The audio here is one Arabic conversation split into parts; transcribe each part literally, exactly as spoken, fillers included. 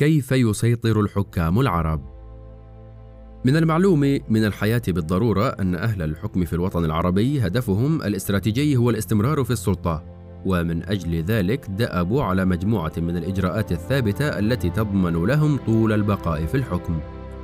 كيف يسيطر الحكام العرب؟ من المعلوم من الحياة بالضرورة أن أهل الحكم في الوطن العربي هدفهم الاستراتيجي هو الاستمرار في السلطة، ومن أجل ذلك دأبوا على مجموعة من الإجراءات الثابتة التي تضمن لهم طول البقاء في الحكم.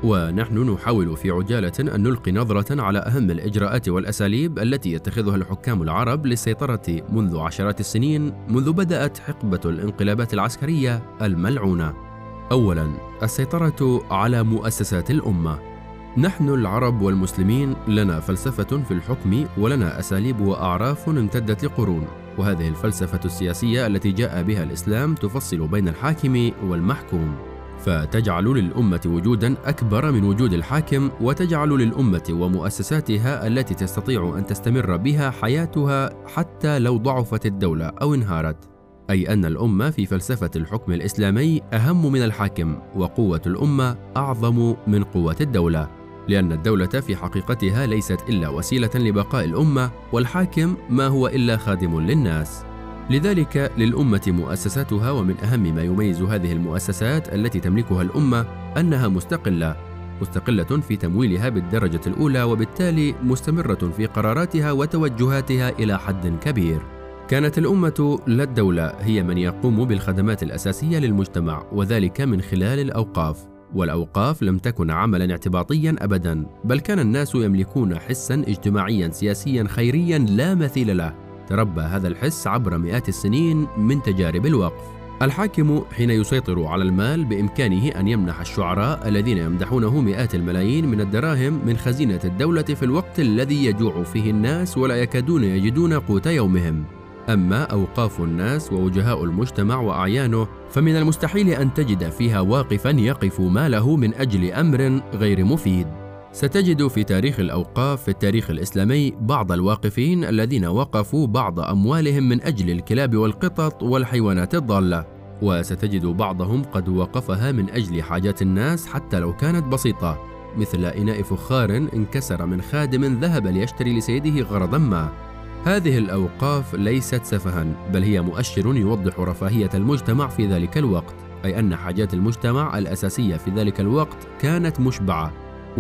ونحن نحاول في عجالة أن نلقي نظرة على أهم الإجراءات والأساليب التي يتخذها الحكام العرب للسيطرة منذ عشرات السنين، منذ بدأت حقبة الانقلابات العسكرية الملعونة. أولاً، السيطرة على مؤسسات الأمة. نحن العرب والمسلمين لنا فلسفة في الحكم، ولنا أساليب وأعراف امتدت لقرون، وهذه الفلسفة السياسية التي جاء بها الإسلام تفصل بين الحاكم والمحكوم، فتجعل للأمة وجوداً أكبر من وجود الحاكم، وتجعل للأمة ومؤسساتها التي تستطيع أن تستمر بها حياتها حتى لو ضعفت الدولة أو انهارت. أي أن الأمة في فلسفة الحكم الإسلامي أهم من الحاكم، وقوة الأمة أعظم من قوة الدولة، لأن الدولة في حقيقتها ليست إلا وسيلة لبقاء الأمة، والحاكم ما هو إلا خادم للناس. لذلك للأمة مؤسساتها، ومن أهم ما يميز هذه المؤسسات التي تملكها الأمة أنها مستقلة، مستقلة في تمويلها بالدرجة الأولى، وبالتالي مستمرة في قراراتها وتوجهاتها إلى حد كبير. كانت الأمة لا الدولة هي من يقوم بالخدمات الأساسية للمجتمع، وذلك من خلال الأوقاف، والأوقاف لم تكن عملا اعتباطيا أبدا، بل كان الناس يملكون حسا اجتماعيا سياسيا خيريا لا مثيل له، تربى هذا الحس عبر مئات السنين من تجارب الوقف. الحاكم حين يسيطر على المال بإمكانه أن يمنح الشعراء الذين يمدحونه مئات الملايين من الدراهم من خزينة الدولة في الوقت الذي يجوع فيه الناس ولا يكادون يجدون قوت يومهم. أما أوقاف الناس ووجهاء المجتمع وأعيانه فمن المستحيل أن تجد فيها واقفا يقف ماله من أجل أمر غير مفيد. ستجد في تاريخ الأوقاف في التاريخ الإسلامي بعض الواقفين الذين وقفوا بعض أموالهم من أجل الكلاب والقطط والحيوانات الضالة، وستجد بعضهم قد وقفها من أجل حاجات الناس حتى لو كانت بسيطة، مثل إناء فخار انكسر من خادم ذهب ليشتري لسيده غرضا ما. هذه الأوقاف ليست سفها، بل هي مؤشر يوضح رفاهية المجتمع في ذلك الوقت، أي أن حاجات المجتمع الأساسية في ذلك الوقت كانت مشبعة،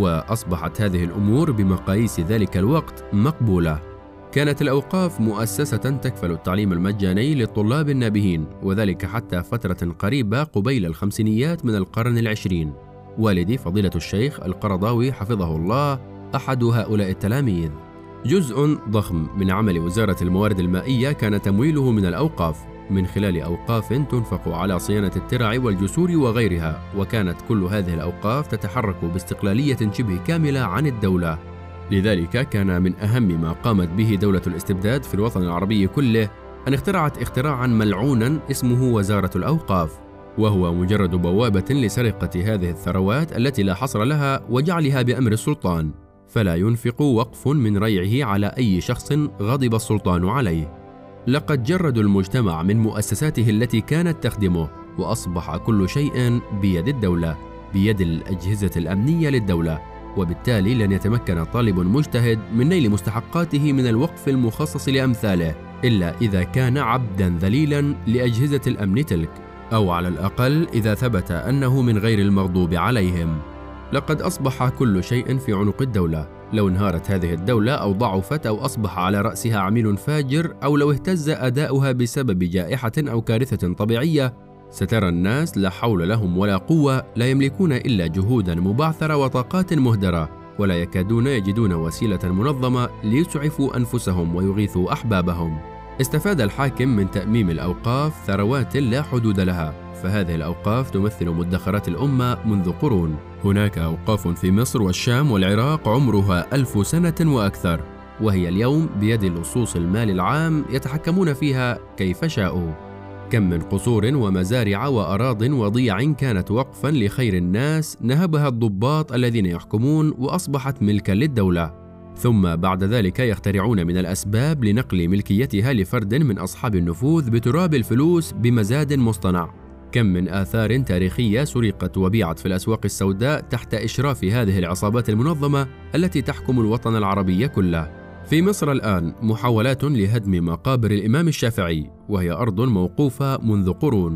وأصبحت هذه الأمور بمقاييس ذلك الوقت مقبولة. كانت الأوقاف مؤسسة تكفل التعليم المجاني للطلاب النابهين، وذلك حتى فترة قريبة قبيل الخمسينيات من القرن العشرين. والدي فضيلة الشيخ القرضاوي حفظه الله أحد هؤلاء التلاميذ. جزء ضخم من عمل وزارة الموارد المائية كان تمويله من الأوقاف، من خلال أوقاف تنفق على صيانة الترع والجسور وغيرها، وكانت كل هذه الأوقاف تتحرك باستقلالية شبه كاملة عن الدولة. لذلك كان من أهم ما قامت به دولة الاستبداد في الوطن العربي كله أن اخترعت اختراعا ملعونا اسمه وزارة الأوقاف، وهو مجرد بوابة لسرقة هذه الثروات التي لا حصر لها وجعلها بأمر السلطان، فلا ينفق وقف من ريعه على أي شخص غضب السلطان عليه. لقد جردوا المجتمع من مؤسساته التي كانت تخدمه، وأصبح كل شيء بيد الدولة، بيد الأجهزة الأمنية للدولة، وبالتالي لن يتمكن طالب مجتهد من نيل مستحقاته من الوقف المخصص لأمثاله إلا إذا كان عبدا ذليلا لأجهزة الأمن تلك، أو على الأقل إذا ثبت أنه من غير المغضوب عليهم. لقد أصبح كل شيء في عنق الدولة، لو انهارت هذه الدولة أو ضعفت أو أصبح على رأسها عميل فاجر، أو لو اهتز أداؤها بسبب جائحة أو كارثة طبيعية، سترى الناس لا حول لهم ولا قوة، لا يملكون إلا جهودا مبعثرة وطاقات مهدرة، ولا يكادون يجدون وسيلة منظمة ليسعفوا أنفسهم ويغيثوا أحبابهم. استفاد الحاكم من تأميم الأوقاف ثروات لا حدود لها، فهذه الأوقاف تمثل مدخرات الأمة منذ قرون. هناك أوقاف في مصر والشام والعراق عمرها ألف سنة وأكثر، وهي اليوم بيد لصوص المال العام يتحكمون فيها كيف شاءوا. كم من قصور ومزارع وأراض وضيع كانت وقفا لخير الناس نهبها الضباط الذين يحكمون وأصبحت ملكا للدولة، ثم بعد ذلك يخترعون من الأسباب لنقل ملكيتها لفرد من أصحاب النفوذ بتراب الفلوس بمزاد مصطنع. كم من آثار تاريخية سرقت وبيعت في الأسواق السوداء تحت إشراف هذه العصابات المنظمة التي تحكم الوطن العربي كله. في مصر الآن محاولات لهدم مقابر الإمام الشافعي، وهي أرض موقوفة منذ قرون،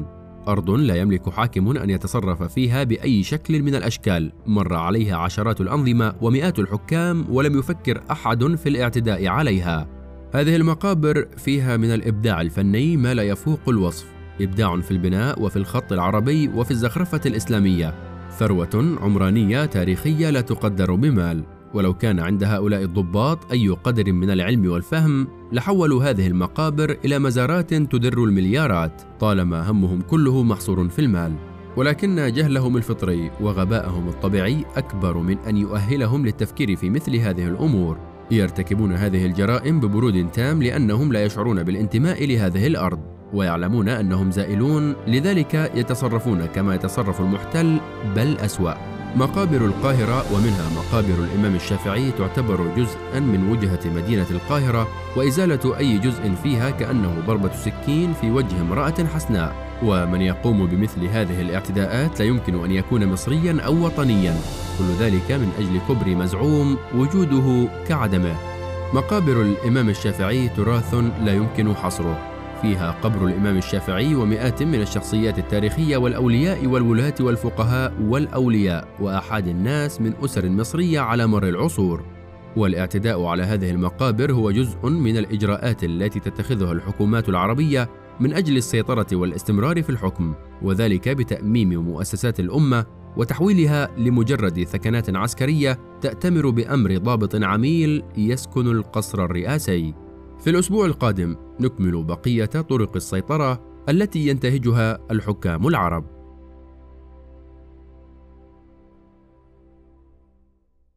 أرض لا يملك حاكم أن يتصرف فيها بأي شكل من الأشكال، مر عليها عشرات الأنظمة ومئات الحكام ولم يفكر أحد في الاعتداء عليها. هذه المقابر فيها من الإبداع الفني ما لا يفوق الوصف، إبداع في البناء وفي الخط العربي وفي الزخرفة الإسلامية، ثروة عمرانية تاريخية لا تقدر بمال. ولو كان عند هؤلاء الضباط أي قدر من العلم والفهم لحولوا هذه المقابر إلى مزارات تدر المليارات، طالما همهم كله محصور في المال. ولكن جهلهم الفطري وغباءهم الطبيعي أكبر من أن يؤهلهم للتفكير في مثل هذه الأمور. يرتكبون هذه الجرائم ببرود تام لأنهم لا يشعرون بالانتماء لهذه الأرض، ويعلمون أنهم زائلون، لذلك يتصرفون كما يتصرف المحتل بل أسوأ. مقابر القاهرة ومنها مقابر الإمام الشافعي تعتبر جزءاً من وجهة مدينة القاهرة، وإزالة أي جزء فيها كأنه ضربة سكين في وجه امرأة حسناء. ومن يقوم بمثل هذه الاعتداءات لا يمكن أن يكون مصرياً أو وطنياً، كل ذلك من أجل كبر مزعوم وجوده كعدمه. مقابر الإمام الشافعي تراث لا يمكن حصره، فيها قبر الإمام الشافعي ومئات من الشخصيات التاريخية والأولياء والولاة والفقهاء والأولياء وأحد الناس من أسر مصرية على مر العصور. والاعتداء على هذه المقابر هو جزء من الإجراءات التي تتخذها الحكومات العربية من أجل السيطرة والاستمرار في الحكم، وذلك بتأميم مؤسسات الأمة وتحويلها لمجرد ثكنات عسكرية تأتمر بأمر ضابط عميل يسكن القصر الرئاسي. في الأسبوع القادم نكمل بقية طرق السيطرة التي ينتهجها الحكام العرب.